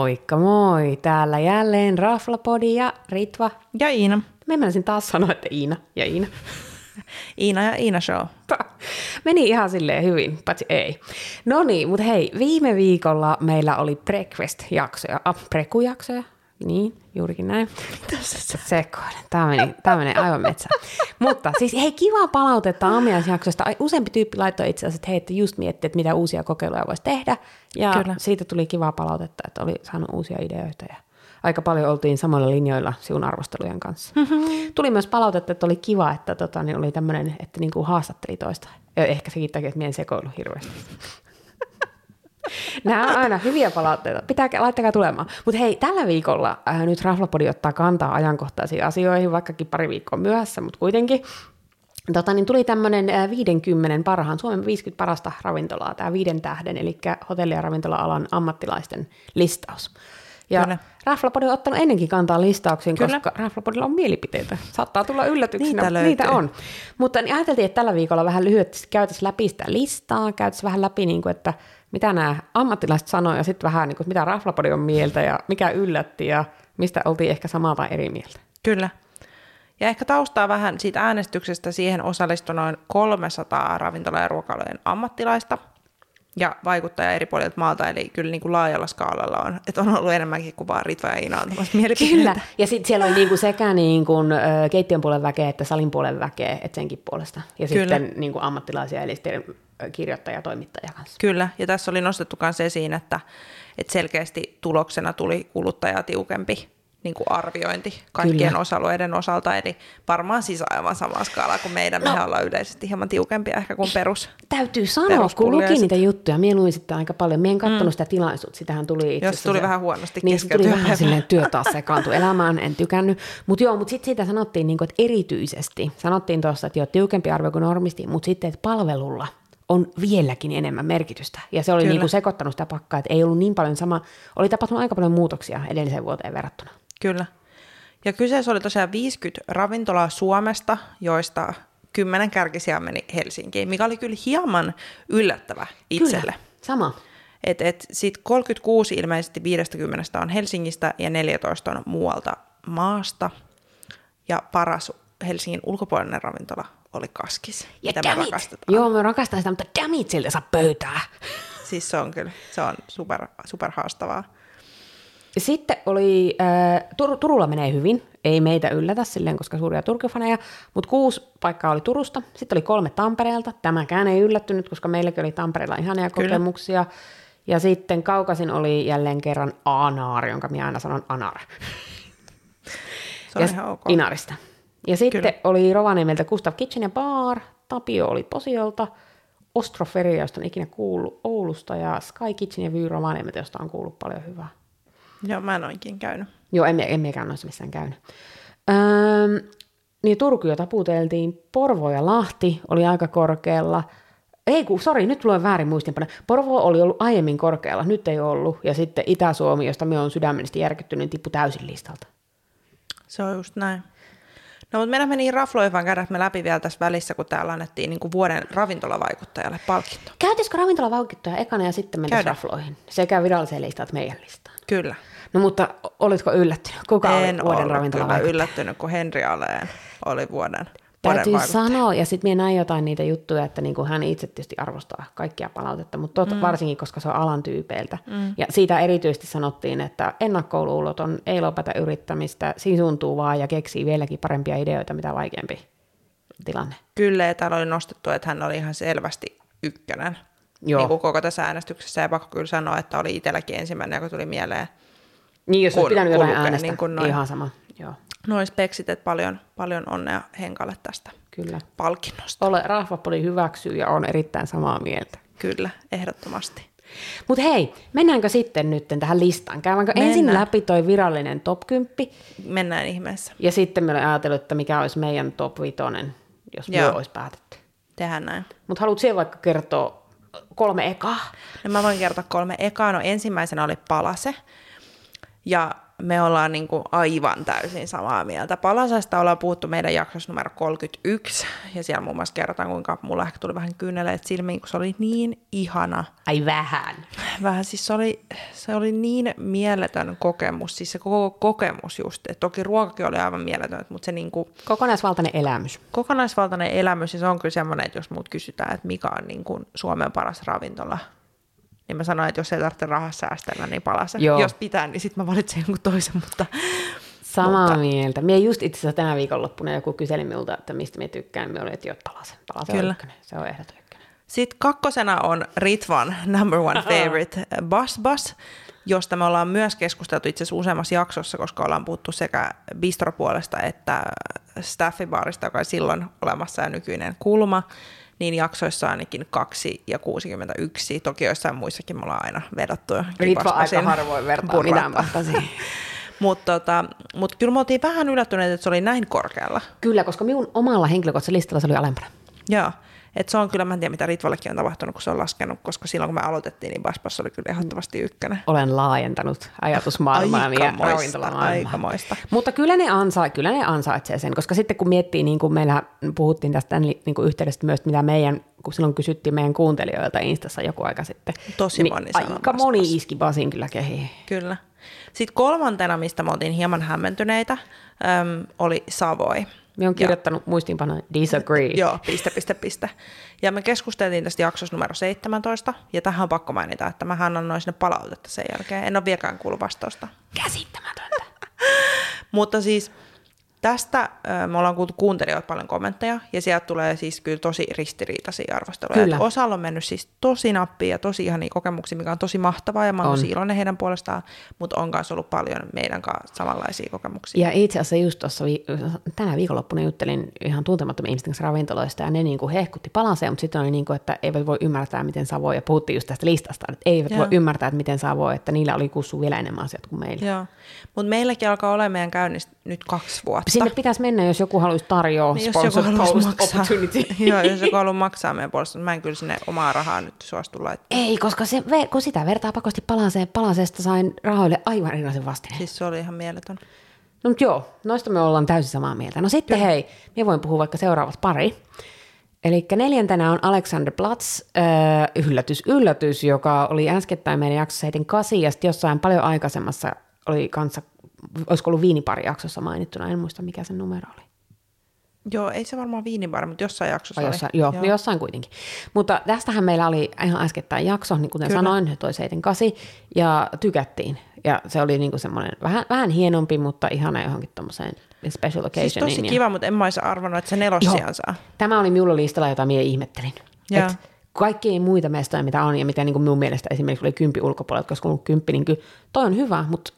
Moikka moi! Täällä jälleen Raflapodi ja Ritva. Ja Iina. Me menisin taas sanoa, että Iina ja Iina. Iina ja Iina show. Meni ihan silleen hyvin, paitsi ei. No niin, mutta hei, viime viikolla meillä oli breakfast-jaksoja, prekujaksoja. Niin, juurikin näin. Sekoilen. Tämä menee aivan metsään. Mutta siis hei, kivaa palautetta aamiaisjaksosta. Useampi tyyppi laittoi itse asiassa, että hei, että just miettii, että mitä uusia kokeiluja voisi tehdä. Ja kyllä, siitä tuli kivaa palautetta, että oli saanut uusia ideoita. Ja aika paljon oltiin samalla linjoilla sinun arvostelujen kanssa. Tuli myös palautetta, että oli kiva, että niin oli tämmöinen, että niinku haastatteli toista. Ja ehkä sekin takia, että minä en sekoilu hirveästi. Nämä on aina hyviä palautteita. Laittakaa tulemaan. Mutta hei, tällä viikolla nyt Raflapodi ottaa kantaa ajankohtaisiin asioihin, vaikkakin pari viikkoa myöhässä, mutta kuitenkin. Niin tuli tämmöinen 50 parhaan, Suomen 50 parasta ravintolaa, tämä 5 tähden, eli hotelli- ja ravintola-alan ammattilaisten listaus. Ja kyllä, Raflapodi on ottanut ennenkin kantaa listauksiin, kyllä, koska Raflapodilla on mielipiteitä. Saattaa tulla yllätyksenä. Niitä on. Mutta niin ajateltiin, että tällä viikolla vähän lyhyesti käytäisiin läpi sitä listaa, käytäisiin vähän läpi, niin kuin, että mitä nämä ammattilaiset sanoo, ja sitten vähän, niin kuin, mitä Raflapodi on mieltä, ja mikä yllätti, ja mistä oltiin ehkä samaa tai eri mieltä. Kyllä. Ja ehkä taustaa vähän siitä äänestyksestä, siihen osallistui noin 300 ravintola- ja ruokailujen ammattilaista ja vaikuttajia eri puolilta maalta, eli kyllä niin kuin laajalla skaalalla on, että on ollut enemmänkin kuin vaan Ritva ja Iina antamassa mielipiteitä. Kyllä, ja sitten siellä oli niin kuin sekä niin kuin keittiön puolen väkeä että salin puolen väkeä, että senkin puolesta, ja kyllä, sitten niin kuin ammattilaisia, eli sitten kirjoittaja ja toimittaja kanssa. Kyllä, ja tässä oli nostettu myös esiin, että selkeästi tuloksena tuli kuluttajaa tiukempi niin kuin arviointi kaikkien kyllä, osa-alueiden osalta, eli varmaan siis aivan sama skaala kuin meidän. Mehän ollaan yleisesti hieman tiukempia ehkä kuin Täytyy sanoa, kun luki niitä juttuja, minä luin sitten aika paljon. Minä en katsonut sitä tilaisuutta, sitähän tuli itse asiassa. Jos tuli vähän huonosti niin, tuli vähän silleen, työ taas sekaantui elämään, en tykännyt. Mutta sitten siitä sanottiin, niin kuin, että erityisesti, sanottiin tuossa, että tiukempi arvio kuin normisti, mutta sitten, että palvelulla on vieläkin enemmän merkitystä. Ja se oli niin kuin sekoittanut sitä pakkaa, että ei ollut niin paljon sama, oli tapahtunut aika paljon muutoksia edelliseen vuoteen verrattuna. Kyllä. Ja kyseessä oli tosiaan 50 ravintolaa Suomesta, joista 10 kärkisiä meni Helsinkiin, mikä oli kyllä hieman yllättävä itselle. Kyllä, sama. Sitten 36 ilmeisesti 50 on Helsingistä ja 14 on muualta maasta. Ja paras Helsingin ulkopuolinen ravintola oli Kaskis, ja mitä me rakastetaan. Joo, me rakastetaan sitä, mutta dammit siltä saa pöytää. Siis se on kyllä, se on super haastavaa. Sitten oli, Turulla menee hyvin, ei meitä yllätä silleen, koska suuria Turku-faneja, mutta 6 paikkaa oli Turusta, sitten oli 3 Tampereelta, tämäkään ei yllättynyt, koska meilläkin oli Tampereella ihania kokemuksia, ja sitten kaukaisin oli jälleen kerran Anar, jonka minä aina sanon Anar. Se on ihan ok. Inarista. Ja sitten kyllä, oli Rovaniemeltä Gustav Kitchen ja Bar, Tapio oli Posiolta, Ostroferia, josta on ikinä kuullut Oulusta, ja Sky Kitchen ja Vy Rovaniemeltä, josta on kuullut paljon hyvää. Joo, mä en oikein käynyt. Joo, en mekään noissa missään käynyt. Niin Turku jo taputeltiin, Porvo ja Lahti oli aika korkealla. Nyt luen väärin muistinpano. Porvo oli ollut aiemmin korkealla, nyt ei ollut. Ja sitten Itä-Suomi, josta me on sydämellisesti järkyttynyt, tippui täysin listalta. Se on just näin. No, mutta meidän meni rafloihin vaan käydä me läpi vielä tässä välissä, kun täällä annettiin niin kuin vuoden ravintolavaikuttajalle palkinto. Käytäisikö ravintolavaikuttaja ekana ja sitten mennä rafloihin? Sekä viralliseen listaan että meidän listaan. Kyllä. No mutta olitko yllättynyt? Kuka oli vuoden ravintolavaikuttaja? En yllättynyt, kun Henri Aleen oli vuoden Täytyy vaikuttaja. sanoa, ja sitten minä näin jotain niitä juttuja, että niin kuin hän itse tietysti arvostaa kaikkia palautetta, mutta varsinkin, koska se on alan tyypeiltä. Ja siitä erityisesti sanottiin, että ennakkoluuloton, ei lopeta yrittämistä, sisuntuu vaan ja keksii vieläkin parempia ideoita, mitä vaikeampi tilanne. Kyllä, ja täällä oli nostettu, että hän oli ihan selvästi ykkönen. Niin kuin koko tässä äänestyksessä, ja pakko kyllä sanoa, että oli itselläkin ensimmäinen, joka tuli mieleen. Niin, jos olisi pitänyt jotain äänestä, niin ihan sama. Joo. Noin speksit, että paljon onnea Henkalle tästä palkinnosta. Raflapodi hyväksyy ja on erittäin samaa mieltä. Kyllä, ehdottomasti. Mutta hei, mennäänkö sitten nyt tähän listaan? Käydäänkö ensin läpi toi virallinen top 10? Mennään ihmeessä. Ja sitten me olemme ajatellut, että mikä olisi meidän top 5, jos me olisi päätetty. Tehdään näin. Mutta haluatko siellä vaikka kertoa 3 ekaa? No mä voin kertoa 3 ekaa. No ensimmäisenä oli Palase. Ja me ollaan niin kuin aivan täysin samaa mieltä. Palasesta ollaan puhuttu meidän jaksossa numero 31, ja siellä muun muassa kerrotaan, kuinka mulla ehkä tuli vähän kyyneleet silmiin, kun se oli niin ihana. Ai vähän. Vähän, siis se oli niin mieletön kokemus, siis se koko kokemus just, että toki ruokakin oli aivan mieletön, mutta se niin kuin... Kokonaisvaltainen elämys. Kokonaisvaltainen elämys, ja se on kyllä semmoinen, että jos muut kysytään, että mikä on niin kuin Suomen paras ravintola, niin mä sanoin, että jos ei tarvitse rahaa säästellä, niin palase. Jos pitää, niin sitten mä valitsen jonkun toisen, mutta... Samaa mieltä. Mie just itse asiassa tänä viikonloppuna joku kyseli minulta, että mistä minä tykkään, minä olin, että palase. Palase on ykkönen. Se on ehdoton ykkönen. Sitten kakkosena on Ritvan number one favorite, Bus Bus, josta me ollaan myös keskusteltu itse asiassa useammassa jaksossa, koska ollaan puhuttu sekä bistropuolesta että staffibaarista, joka on silloin olemassa ja nykyinen kulma, niin jaksoissa ainakin 2 ja 61. Toki joissain muissakin me ollaan aina vedottu. Ritva aika harvoin vertaa mitään vahtasi. Mutta kyllä me oltiin vähän yllättyneet, että se oli näin korkealla. Kyllä, koska minun omalla henkilökohtaisella listalla se oli alempana. Joo, että se on kyllä, mä en tiedä mitä Ritvallekin on tapahtunut, kun se on laskenut, koska silloin kun me aloitettiin, niin Baspas oli kyllä ehdottomasti ykkönen. Olen laajentanut ajatusmaailmaa ja ravintolamaailmaa. Aikamoista. Mutta kyllä ne ansaitsee sen, koska sitten kun miettii, niin kuin meillä puhuttiin tästä niin kuin yhteydestä myös, mitä meidän, kun silloin kysyttiin meidän kuuntelijoilta Instassa joku aika sitten. Tosi niin moni aika moni iski Basin kyllä kehiin. Kyllä. Sitten kolmantena, mistä me oltiin hieman hämmentyneitä, oli Savoy. Me on kirjoittanut muistiinpanoja disagree. Joo, piste. Ja me keskusteltiin tästä jaksossa numero 17, ja tähän on pakko mainita, että mähän annoin sinne palautetta sen jälkeen. En ole vieläkään kuullut vastausta. Käsittämätöntä. Mutta siis tästä me ollaan kuultu kuuntelijoilta paljon kommentteja, ja sieltä tulee siis kyllä tosi ristiriitaisia arvosteluja. Osalla on mennyt siis tosi nappia ja tosi ihania kokemuksia, mikä on tosi mahtavaa, ja mä oon tosi iloinen heidän puolestaan, mutta on myös ollut paljon meidän kanssa samanlaisia kokemuksia. Ja itse asiassa just tuossa tänä viikonloppuna juttelin ihan tuntemattomia Instagram-ravintoloista, ja ne niinku hehkutti palaseen, mutta sitten oli niinku, että eivät voi ymmärtää, miten Savoy, ja puhuttiin just tästä listasta, että eivät voi ymmärtää, että miten Savoy, että niillä oli kussu vielä enemmän asiat kuin meillä. Joo, mutta meilläkin alkaa olemaan meidän käynnistä nyt 2 vuotta. Sinne pitäisi mennä, jos joku haluaisi tarjoa niin sponsor post opportunity. Joo, jos joku haluaa maksaa meidän puolesta, mä en kyllä sinne omaa rahaa nyt suostu laittaa. Ei, koska kun sitä vertaa pakosti palasesta sain rahoille aivan erilaisen vastineen. Siis se oli ihan mieletön. No mutta joo, noista me ollaan täysin samaa mieltä. No sitten kyllä. Hei, minä voin puhua vaikka seuraavat pari. Eli 4. on Alexanderplatz, yllätys, joka oli äskettäin meidän jaksossa 7-8, ja sitten jossain paljon aikaisemmassa oli kanssa, olisiko ollut viinipari-jaksossa mainittuna, en muista mikä sen numero oli. Joo, ei se varmaan viinipari, mutta jossain jaksossa oli. Joo, jossain kuitenkin. Mutta tästähän meillä oli ihan äskettäin jakso, niin kuten sanoin, toi 7-8, ja tykättiin. Ja se oli niinku semmoinen vähän hienompi, mutta ihana johonkin tommoseen special occasioniin. Siis tosi kiva, mutta en mä olisi arvannut, että se 4 saa. Tämä oli minulla listalla, jota minä ihmettelin. Kaikkia muita mestoja, mitä on, ja mitä niin kuin minun mielestä esimerkiksi oli 10 ulkopuolella, koska kun on 10, niin kyllä toi on hyvä, mutta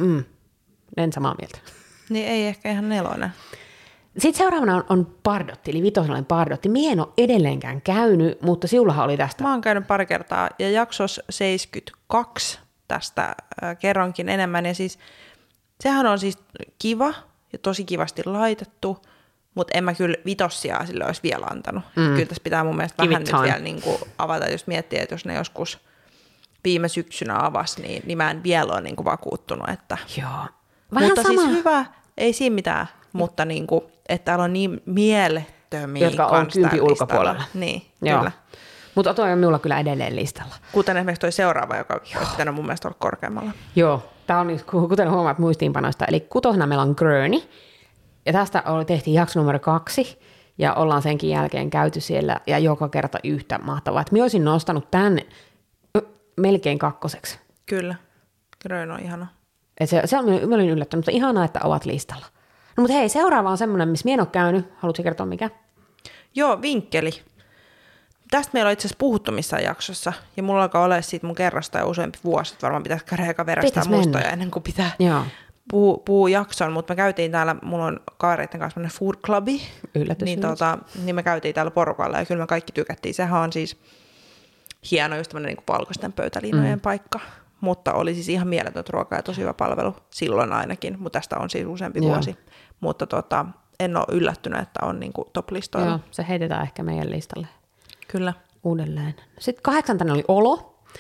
en samaa mieltä. Niin ei ehkä ihan 4. Sitten seuraavana on Pardotti, eli 5. Pardotti. Mie en ole edelleenkään käynyt, mutta sinullahan oli tästä. Mä oon käynyt pari kertaa, ja jaksossa 72 tästä kerronkin enemmän, ja siis sehän on siis kiva ja tosi kivasti laitettu, mutta en mä kyllä 5 sille olisi vielä antanut. Kyllä tässä pitää mun mielestä vähän nyt vielä niin kuin avata, jos miettii, että jos ne joskus viime syksynä avasi, niin mä en vielä ole niin kuin vakuuttunut. Että... Joo. Vähän mutta sama. Siis hyvä, ei siinä mitään, mutta niin kuin, että täällä on niin mielettömiä jotka on 10 ulkopuolella. Niin, joo. Kyllä. Mutta toi on minulla kyllä edelleen listalla. Kuten esimerkiksi toi seuraava, joka olisi pitänyt mun mielestä olla korkeammalla. Joo, tämä on kuten huomaat muistiinpanoista. Eli 6. meillä on Gurney. Ja tästä tehtiin jakso numero 2, ja ollaan senkin jälkeen käyty siellä, ja joka kerta yhtä mahtavaa. Minä olisin nostanut tämän melkein 2. Kyllä, Grön on ihana. Minä olin yllättänyt, mutta ihanaa, että ovat listalla. No mutta hei, seuraava on semmoinen, missä minä en ole käynyt. Haluatko kertoa mikä? Joo, vinkkeli. Tästä meillä on itse asiassa puhuttu missään jaksossa, ja mulla alkaa olla siitä mun kerrasta jo useampi vuosi, että varmaan pitäisi käydä eka verrastaa muistoja ennen kuin pitää puhua jakson, mutta me käytiin täällä, mulla on kavereiden kanssa semmoinen food clubi, niin me käytiin täällä porukalla, ja kyllä me kaikki tykättiin. Sehän on siis hieno just tämmöinen niin kuin valkoisten pöytäliinojen paikka, mutta oli siis ihan mieletöntä ruokaa ja tosi hyvä palvelu silloin ainakin, mutta tästä on siis useampi vuosi. Mutta en ole yllättynyt, että on niin kuin top-listoilla. Joo, se heitetään ehkä meidän listalle. Kyllä. Uudelleen. Sitten 8. oli Olo.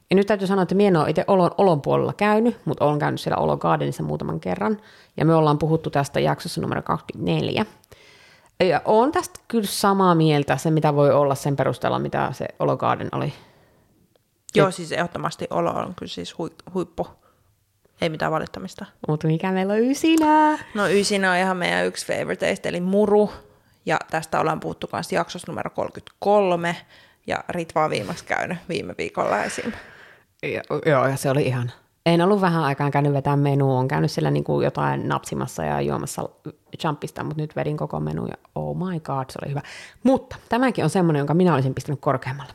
Ja nyt täytyy sanoa, että minä en ole itse Olon puolella käynyt, mutta olen käynyt siellä Olo Gardenissa muutaman kerran. Ja me ollaan puhuttu tästä jaksossa numero 24. Ja olen tästä kyllä samaa mieltä, se mitä voi olla sen perusteella, mitä se Olo Garden oli. Joo, siis ehdottomasti Olo on kyllä siis huippu. Ei mitään valittamista. Mutta mikä meillä on ysinä? No ysinä on ihan meidän yksi favoriteista, eli muru. Ja tästä ollaan puhuttu myös jaksossa numero 33. Ja Ritva on viimeksi käynyt viime viikolla esim. Joo, ja se oli ihan. En ollut vähän aikaan käynyt vetämään menua, on käynyt siellä niinku jotain napsimassa ja juomassa jumpista, mutta nyt vedin koko menu ja oh my god, se oli hyvä. Mutta tämäkin on semmoinen, jonka minä olisin pistänyt korkeammalle.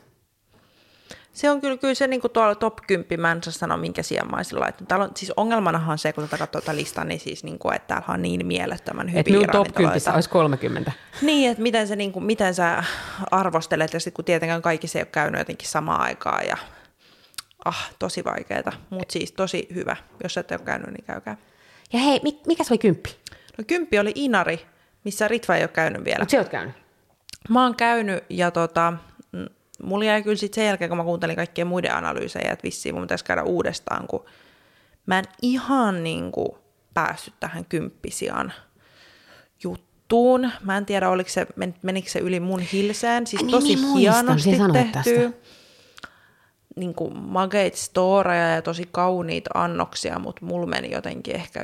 Se on kyllä se niin kuin tuolla top 10, mä en saa sanoa minkä sijammaisilla laittanut. Täällä on, siis ongelmanahan on se, kun katsoo tuota listaa, niin siis niin kuin, että täällä on niin mielettömän hyviä ravintoloita. Että minun top 10 olisi 30. Niin, että miten, se, niin kuin, miten sä arvostelet, ja sitten kun tietenkään kaikki se ei ole käynyt jotenkin samaan aikaan, ja tosi vaikeeta, mutta siis tosi hyvä. Jos et ole käynyt, niin käykää. Ja hei, mikä se oli 10? No 10 oli Inari, missä Ritva ei ole käynyt vielä. Mutta sä oot käynyt? Mä oon käynyt, ja mulla jäi kyllä sitten sen jälkeen, kun mä kuuntelin kaikkien muiden analyysejä, että vissiin mun pitäisi käydä uudestaan, kun mä en ihan niin kuin päässyt tähän 10 juttuun. Mä en tiedä, menikö se yli mun hilseen. Siis tosi hienosti tehty. Niin kuin mageita storeja ja tosi kauniita annoksia, mutta mulla meni jotenkin ehkä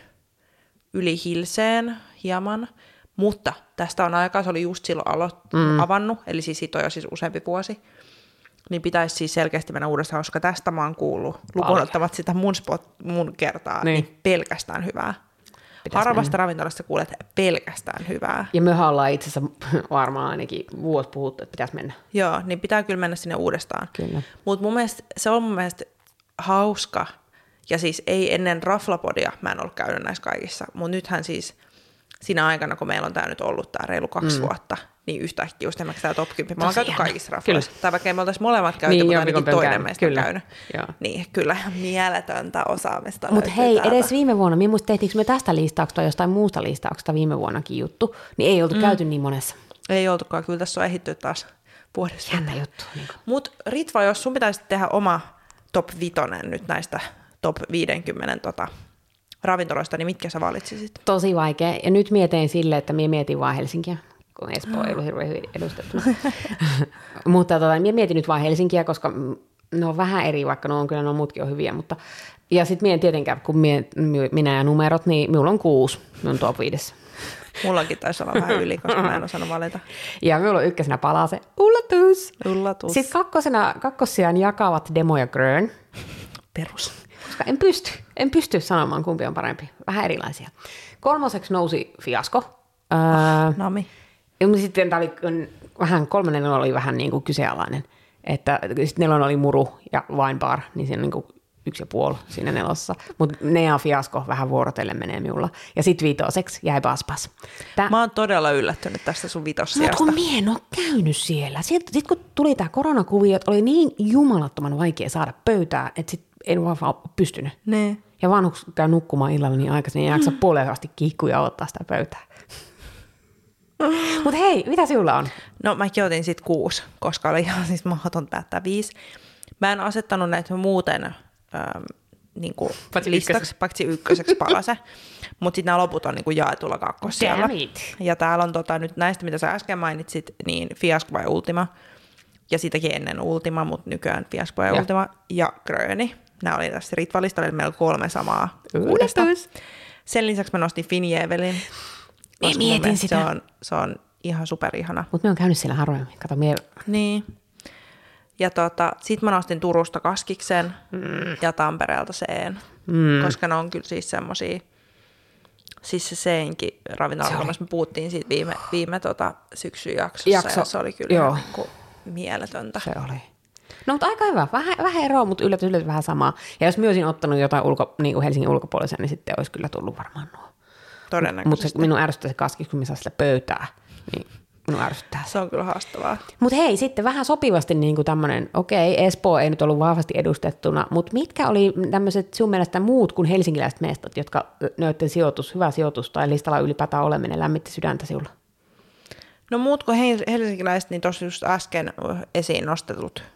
yli hilseen hieman. Mutta tästä on aikaa, se oli just silloin avannut, eli siis siitä on jo siis useampi vuosi. Niin pitäisi siis selkeästi mennä uudestaan, koska tästä mä oon kuullut, lukuun ottamat sitä mun kertaa, niin pelkästään hyvää. Harvasta ravintolasta kuulet pelkästään hyvää. Ja mehän ollaan itse asiassa varmaan ainakin vuosi puhuttu, että pitäisi mennä. Joo, niin pitää kyllä mennä sinne uudestaan. Mutta se on mun mielestä hauska, ja siis ei ennen Raflapodia mä en ollut käynyt näissä kaikissa, mutta nythän siis siinä aikana, kun meillä on tää nyt ollut tää reilu 2 vuotta, niin yhtäkkiä just esimerkiksi tää top 10. Mä oon käyty kaikissa rafloissa. Tai vaikka me oltaisiin molemmat käyty, niin, mutta ainakin toinen meistä on käynyt. Joo. Niin, kyllä ihan mieletöntä osaamista. Mutta hei, täältä. Edes viime vuonna, minä muistin, tehtiinkö me tästä listauksesta tai jostain muusta listauksesta viime vuonnakin juttu, niin ei oltu käyty niin monessa. Ei oltukaan, kyllä tässä on ehitty taas vuodessa. Jännä juttu. Niin. Mutta Ritva, jos sun pitäisi tehdä oma top 5 nyt näistä top 50 ravintoloista, niin mitkä sä valitsisit? Tosi vaikea. Ja nyt mietin silleen, että minä mietin vaan Helsinkiä, kun Espoo ei ollut hirveän hyvin edustettuna. Mutta minä mietin nyt vaan Helsinkiä, koska ne on vähän eri, vaikka kyllä muutkin on hyviä. Mutta. Ja sitten minä tietenkään, kun minä ja numerot, niin minulla on 6 minun top 5. Mullakin taisi olla vähän yli, koska mä en osannut valita. Ja minulla on ykkösenä Palase. Ullatus. Sitten kakkossiaan jakavat Demo ja Grön. Perus. Koska en pysty sanomaan, kumpi on parempi. Vähän erilaisia. 3. nousi Fiasko. Nami. Sitten tämä oli vähän, 3. oli vähän niin kuin kyseenalainen. Että sitten 4. oli Muru ja Wine Bar, niin siinä on niin kuin 1,5 siinä 4. Mutta Nea Fiasko vähän vuorotellen menee minulla. Ja sitten 5. jäi Baspas. Mä oon todella yllättynyt tästä sun 5. Mutta kun mie en ole käynyt siellä. Sitten kun tuli tämä koronakuvio, että oli niin jumalattoman vaikea saada pöytää, että sitten en vaan pystynyt. Ne. Ja vanhuksi käy nukkumaan illalla niin aikaisin, niin ei jaksa puoleen asti kiikkuja ottaa sitä pöytää. Mutta hei, mitä sinulla on? No mäkin otin sitten 6, koska oli ihan siis mahdoton päättää 5. Mä en asettanut näitä muuten niin kuin listaksi, paitsi 1. Palase, mutta sitten nämä loput on niin kuin jaetulla 2. Ja täällä on nyt näistä, mitä sä äsken mainitsit, niin Fiasko vai Ultima, ja sitäkin ennen Ultima, mutta nykyään Fiasko ja Ultima, ja Gröni. Nämä oli tässä Ritvalistalla, eli meillä on 3 samaa 6. Sen lisäksi mä nostin Finjevelin. Mietin sitä. Se on ihan superihana. Mutta me on käynyt siellä harvemmin. Kato, Niin. Ja sit mä nostin Turusta Kaskiksen ja Tampereelta Seen. Koska ne on kyllä siis semmosia, siis se Seenkin ravintola, me puhuttiin siitä viime syksyn jaksossa. Ja se oli kyllä ihan niin kuin mieletöntä. Se oli. No, mutta aika hyvä. Vähän eroa, mutta yllätys vähän samaa. Ja jos mä olisin ottanut jotain niin kuin Helsingin ulkopuolisen, niin sitten olisi kyllä tullut varmaan nuo. Todennäköisesti. Mutta minun ärsyttää se Kaskis, kun minä saa sillä pöytää, niin minun ärsyttää. Se on kyllä haastavaa. Mutta hei, sitten vähän sopivasti niin kuin tämmöinen, okei, Espoo ei nyt ollut vahvasti edustettuna, mutta mitkä oli tämmöiset sun mielestä muut kuin helsinkiläiset mestat, jotka näytten hyvä sijoitus tai listalla ylipäätään oleminen lämmitti sydäntä sinulla? No muut kuin helsinkiläiset, niin tuossa just äsken esiin nostetut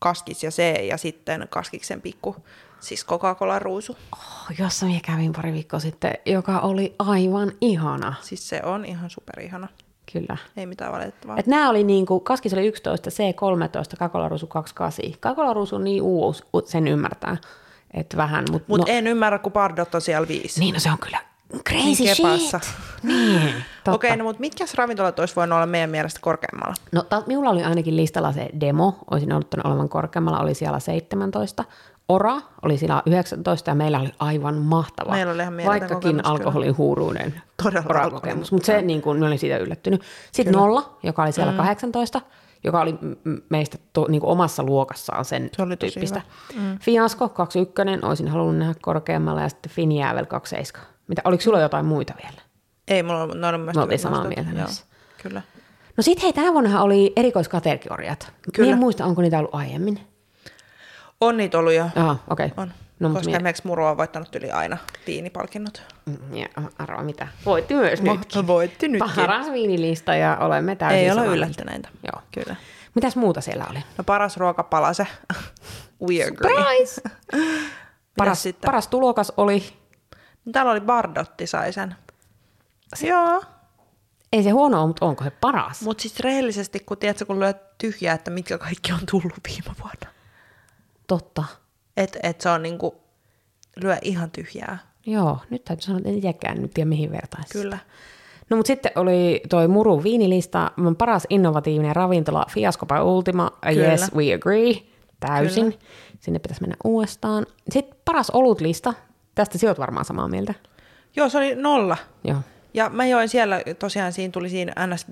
kaskis ja C ja sitten kaskiksen pikku, siis Coca-Cola ruusu. Jossa minä kävin pari viikkoa sitten, joka oli aivan ihana. Siis se on ihan superihana. Kyllä. Ei mitään valitettavaa. Et nämä oli niinku, kaskis oli 11, C13, Coca-Cola ruusu 28. Coca-Cola ruusu on niin uusi, sen ymmärtää. Että vähän, Mutta en ymmärrä, kun Bardot on siellä 5. Niin, no se on kyllä crazy shit. Niin, Okei, no mutta mitkäs ravintolat olisi voinut olla meidän mielestä korkeammalla? No minulla oli ainakin listalla se demo, olisin odottanut olevan korkeammalla, oli siellä 17. Ora oli siellä 19 ja meillä oli aivan mahtava. Meillä oli ihan mieletön vaikkakin kokemus, alkoholihuuruinen todella Ora-kokemus, mutta se niin kuin, olin siitä yllättynyt. Sitten kyllä. 0, joka oli siellä 18, joka oli meistä niin kuin omassa luokassaan sen tyyppistä. Fiasko 21, olisin halunnut nähdä korkeammalla ja sitten Finjäävel 27. Mitä, oliko sulla jotain muita vielä? Ei, mulla on me oltiin samaa mieltä näissä. Kyllä. No sit hei, tänä vuonnahan oli erikoiskategoriat. Kyllä. En muista, onko niitä ollut aiemmin. On niitä ollut jo. Aha, okei. On. No, koska esimerkiksi Muru on voittanut yli aina viinipalkinnot. Ja arvaa mitä. Voitti myös nytkin. Voitti nytkin. Paras viinilista ja olemme täysin ei ole yllättyneitä. Joo. Kyllä. Mitäs muuta siellä oli? No paras ruokapalase. We agree. Surprise! paras tulokas oli? No, täällä oli Bardotti sai sen. Joo. Ei se huono ole, mutta onko se paras? Mutta siis rehellisesti, kun tiedätkö, kun lyöt tyhjää, että mitkä kaikki on tullut viime vuonna. Totta. Et se on niinku, lyö ihan tyhjää. Joo, nyt täytyy sanoa, että en itsekään nyt tiedä mihin vertaisi. Kyllä. No mutta sitten oli toi Murun viinilista, paras innovatiivinen ravintola, Fiasco by Ultima, Kyllä. Yes we agree, täysin. Kyllä. Sinne pitäisi mennä uudestaan. Sitten paras olutlista, tästä sinä olet varmaan samaa mieltä. Joo, se oli 0. Joo. Ja mä join siellä, tosiaan siinä tuli siinä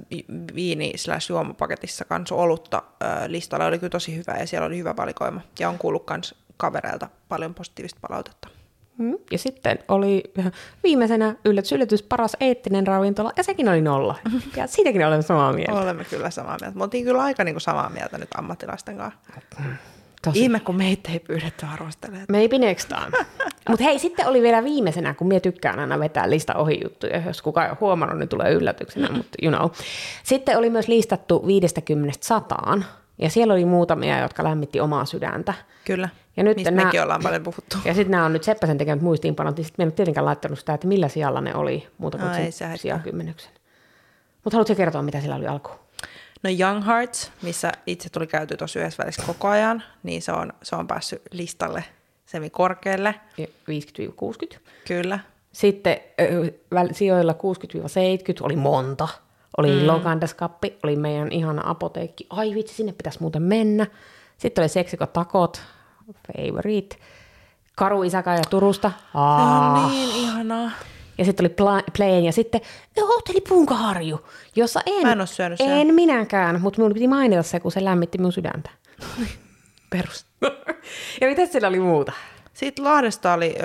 NS-viini/juomapaketissa kanssa olutta listalla. Oli kyllä tosi hyvä ja siellä oli hyvä valikoima. Ja on kuullut myös kavereilta paljon positiivista palautetta. Ja sitten oli viimeisenä yllätys paras eettinen ravintola, ja sekin oli 0. Ja siitäkin olemme samaa mieltä. Olemme kyllä samaa mieltä. Me oltiin kyllä aika niin kuin samaa mieltä nyt ammattilaisten kanssa. Tosi. Ihme, kun meitä ei pyydetty arvostelemaan. Maybe next time. Mutta hei, sitten oli vielä viimeisenä, kun minä tykkään aina vetää lista ohi juttuja. Jos kukaan ei ole huomannut, niin tulee yllätyksenä, mutta you know. Sitten oli myös listattu 50–100, ja siellä oli muutamia, jotka lämmitti omaa sydäntä. Kyllä, ja nyt mistä mekin ollaan paljon puhuttu. Ja sitten nämä on nyt Seppäsen tekemät muistiinpanot, niin sitten minä en ole tietenkään laittanut sitä, että millä sijalla ne oli muuta kuin sijaa 10. Mutta haluatko kertoa, mitä siellä oli alkuun? No Young Hearts, missä itse tuli käyty tuossa yhdessä välissä koko ajan, niin se on päässyt listalle semi-korkealle. 50–60. Kyllä. Sitten sijoilla 60–70 oli monta. Oli Logandeskappi, oli meidän ihana apoteekki. Ai vitsi, sinne pitäisi muuten mennä. Sitten oli Seksikotakot, favorite. Karu Isaka ja Turusta. Se on niin ihanaa. Ja sitten oli Plain ja sitten hotelli Punkaharju, jossa mä en ole syönyt sen. En minäkään, mutta minun piti mainita se, kun se lämmitti minun sydäntä. Perus. Ja mitä siellä oli muuta? Sitten Lahdesta oli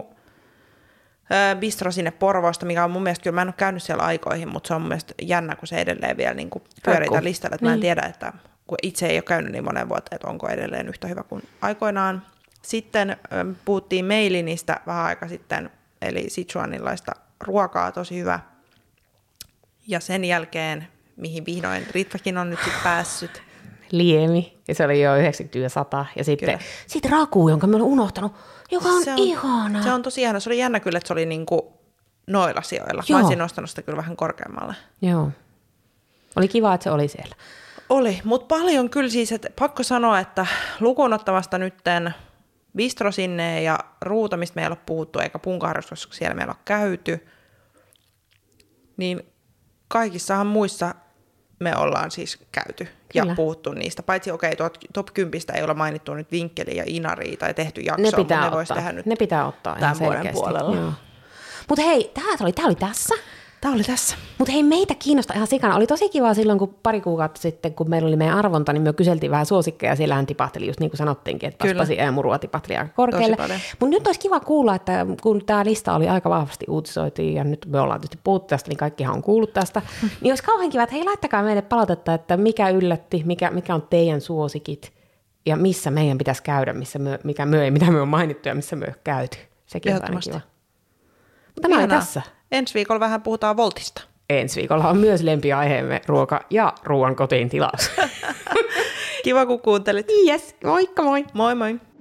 bistro sinne Porvoosta, mikä on mun mielestä, kyllä mä en ole käynyt siellä aikoihin, mutta se on mun mielestä jännä, kun se edelleen vielä niin pyörii tämän listalla. Mä en tiedä, että kun itse ei ole käynyt niin monen vuoteen, että onko edelleen yhtä hyvä kuin aikoinaan. Sitten puhuttiin Meilinistä vähän aika sitten, eli sichuanilaista ruokaa, tosi hyvä. Ja sen jälkeen, mihin vihdoin Ritvakin on nyt sitten päässyt. Liemi, ja se oli jo 90–100. Ja sitten Raku, jonka mä olen unohtanut, joka on ihana. Se on tosi ihana. Se oli jännä kyllä, että se oli niinku noilla sijoilla. Joo. Mä olisin nostanut sitä kyllä vähän korkeammalle. Joo. Oli kiva, että se oli siellä. Oli, mutta paljon kyllä siis, että pakko sanoa, että lukuun ottavasta nytten bistro sinne ja ruuta, mistä me ei ole puhuttu, eikä Punkaharjussa, koska siellä meillä on käyty, niin kaikissahan muissa me ollaan siis käyty ja puhuttu niistä. Paitsi top 10 ei ole mainittu nyt Vinkkeliä ja Inaria tai tehty jaksoa, mutta ne voisi tehdä nyt ne pitää ottaa tämän vuoden puolella. Mutta hei, tämä oli tässä. Tämä oli tässä. Mutta hei, meitä kiinnostaa ihan sikana. Oli tosi kiva silloin, kun pari kuukautta sitten, kun meillä oli meidän arvonta, niin me kyseltiin vähän suosikkeja. Siellähän tipahteli just niin kuin sanottiinkin, että Paspasi ja Murua tipahteli aika korkealle. Mutta nyt olisi kiva kuulla, että kun tämä lista oli aika vahvasti uutisoitiin ja nyt me ollaan tietysti puhuttu tästä, niin kaikkihan on kuullut tästä. Niin olisi kauhean kiva, että hei, laittakaa meille palautetta, että mikä yllätti, mikä on teidän suosikit ja missä meidän pitäisi käydä, mitä me on mainittu ja missä me on käyty. Sekin on aina kiva. Mutta tämä on tässä. Ensi viikolla vähän puhutaan Voltista. Ensi viikolla on myös lempiaiheemme ruoka ja ruoan kotiin tilaus. Kiva, kun kuuntelit. Yes, moikka moi! Moi moi!